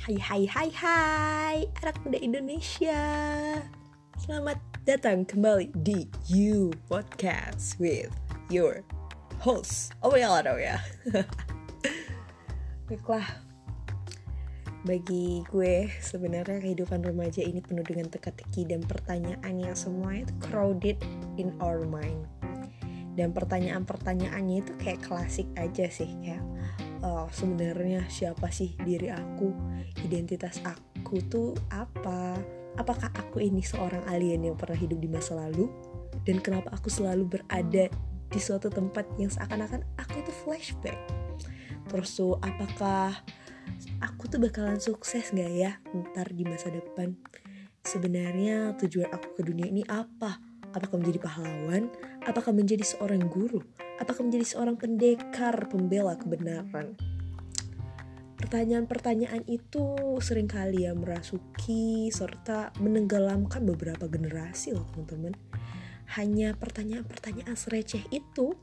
Hai anak muda Indonesia. Selamat datang kembali di You Podcast with your host. Oh my god, Baiklah, bagi gue sebenarnya kehidupan remaja ini penuh dengan teka-teki dan pertanyaan yang semuanya itu crowded in our mind. Dan pertanyaan-pertanyaannya itu kayak klasik aja sih, kayak sebenarnya siapa sih diri aku, identitas aku tuh apa, apakah aku ini seorang alien yang pernah hidup di masa lalu, dan kenapa aku selalu berada di suatu tempat yang seakan-akan aku itu flashback. Terus tuh apakah aku tuh bakalan sukses gak ya ntar di masa depan? Sebenarnya tujuan aku ke dunia ini apa? Apakah menjadi pahlawan? Apakah menjadi seorang guru? Apakah menjadi seorang pendekar pembela kebenaran? Pertanyaan-pertanyaan itu seringkali ya merasuki serta menenggelamkan beberapa generasi loh teman-teman. Hanya pertanyaan-pertanyaan sereceh itu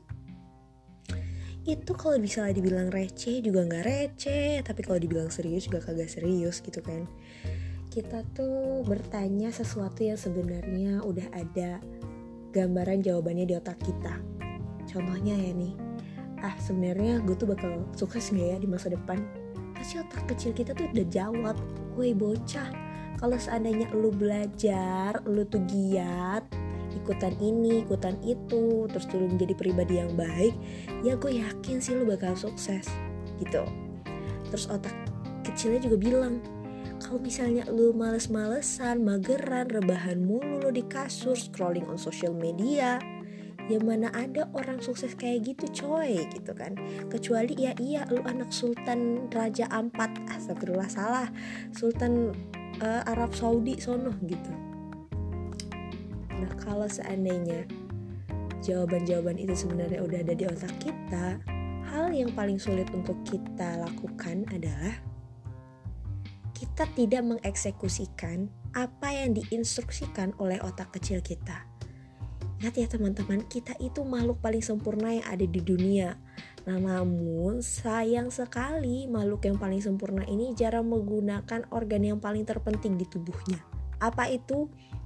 kalau misalnya dibilang receh juga gak receh, tapi kalau dibilang serius juga kagak serius gitu kan. Kita tuh bertanya sesuatu yang sebenarnya udah ada gambaran jawabannya di otak kita. Contohnya ya nih, sebenarnya gue tuh bakal sukses gak ya di masa depan? Pasti otak kecil kita tuh udah jawab, woi bocah, kalau seandainya lu belajar, lu tuh giat, ikutan ini, ikutan itu, terus lu menjadi pribadi yang baik, ya gue yakin sih lu bakal sukses gitu. Terus otak kecilnya juga bilang, kalau misalnya lu males-malesan, mageran, rebahan mulu lu di kasur, scrolling on social media, ya mana ada orang sukses kayak gitu coy gitu kan. Kecuali ya iya lu anak Sultan Raja Ampat, astagfirullah salah, Sultan Arab Saudi sono gitu. Nah kalau seandainya jawaban-jawaban itu sebenarnya udah ada di otak kita, hal yang paling sulit untuk kita lakukan adalah kita tidak mengeksekusikan apa yang diinstruksikan oleh otak kecil kita. Ingat ya teman-teman, kita itu makhluk paling sempurna yang ada di dunia. Nah, namun sayang sekali makhluk yang paling sempurna ini jarang menggunakan organ yang paling terpenting di tubuhnya. Apa itu?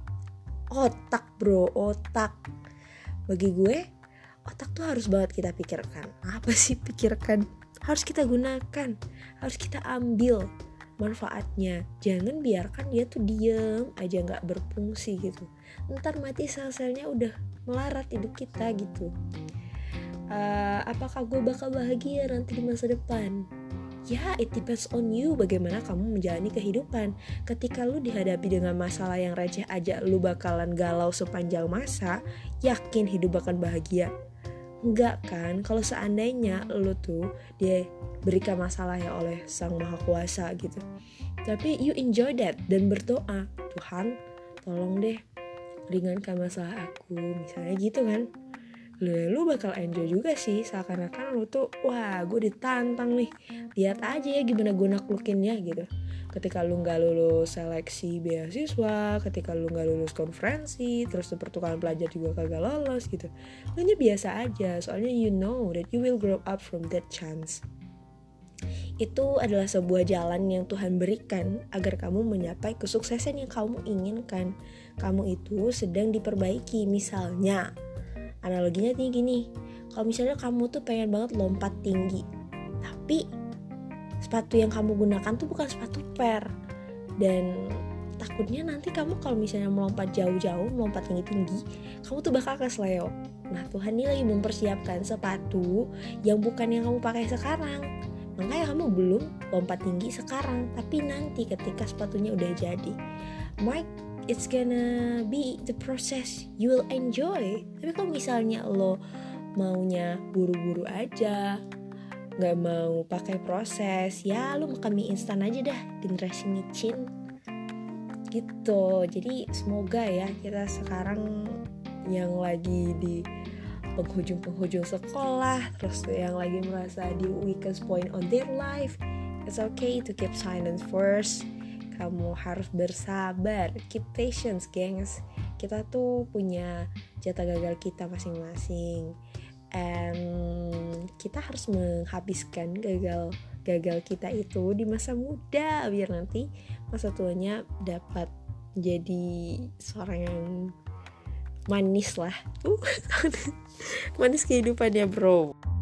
Otak bro, otak. Bagi gue, otak tuh harus banget kita pikirkan. Apa sih pikirkan? Harus kita gunakan, harus kita ambil manfaatnya. Jangan biarkan dia tuh diem aja gak berfungsi gitu. Ntar mati sel-selnya udah melarat hidup kita gitu. Apakah gue bakal bahagia nanti di masa depan? Ya, it depends on you, bagaimana kamu menjalani kehidupan. Ketika lu dihadapi dengan masalah yang receh aja lu bakalan galau sepanjang masa, yakin hidup akan bahagia? Enggak kan, kalau seandainya lu tuh dia berikan masalah ya oleh Sang Maha Kuasa gitu, tapi you enjoy that dan berdoa, Tuhan tolong deh ringankan masalah aku, misalnya gitu kan. Lu bakal enjoy juga sih, seakan-akan lu tuh wah gue ditantang nih, lihat aja ya gimana gue naklukinnya gitu. Ketika lu gak lulus seleksi beasiswa, ketika lu gak lulus konferensi, terus pertukaran pelajar juga kagak lolos gitu, lu nya biasa aja, soalnya you know that you will grow up from that chance. Itu adalah sebuah jalan yang Tuhan berikan agar kamu mencapai kesuksesan yang kamu inginkan. Kamu itu sedang diperbaiki. Misalnya analoginya gini, kalau misalnya kamu tuh pengen banget lompat tinggi, tapi sepatu yang kamu gunakan tuh bukan sepatu per, dan takutnya nanti kamu kalau misalnya melompat jauh-jauh, melompat tinggi-tinggi, kamu tuh bakal kesleo. Nah Tuhan ini lagi mempersiapkan sepatu yang bukan yang kamu pakai sekarang. Makanya kamu belum lompat tinggi sekarang, tapi nanti ketika sepatunya udah jadi, Mike, it's gonna be the process you will enjoy. Tapi kalau misalnya lo maunya buru-buru aja, gak mau pakai proses, ya lo makan mie instan aja dah, generasi micin gitu. Jadi semoga ya kita sekarang yang lagi di penghujung sekolah, terus yang lagi merasa di weakest point on their life, it's okay to keep silence first. Kamu harus bersabar, keep patience gengs. Kita tuh punya jatah gagal kita masing-masing, and kita harus menghabiskan gagal gagal kita itu di masa muda, biar nanti masa tuanya dapat jadi seorang yang manis lah. Manis kehidupannya bro.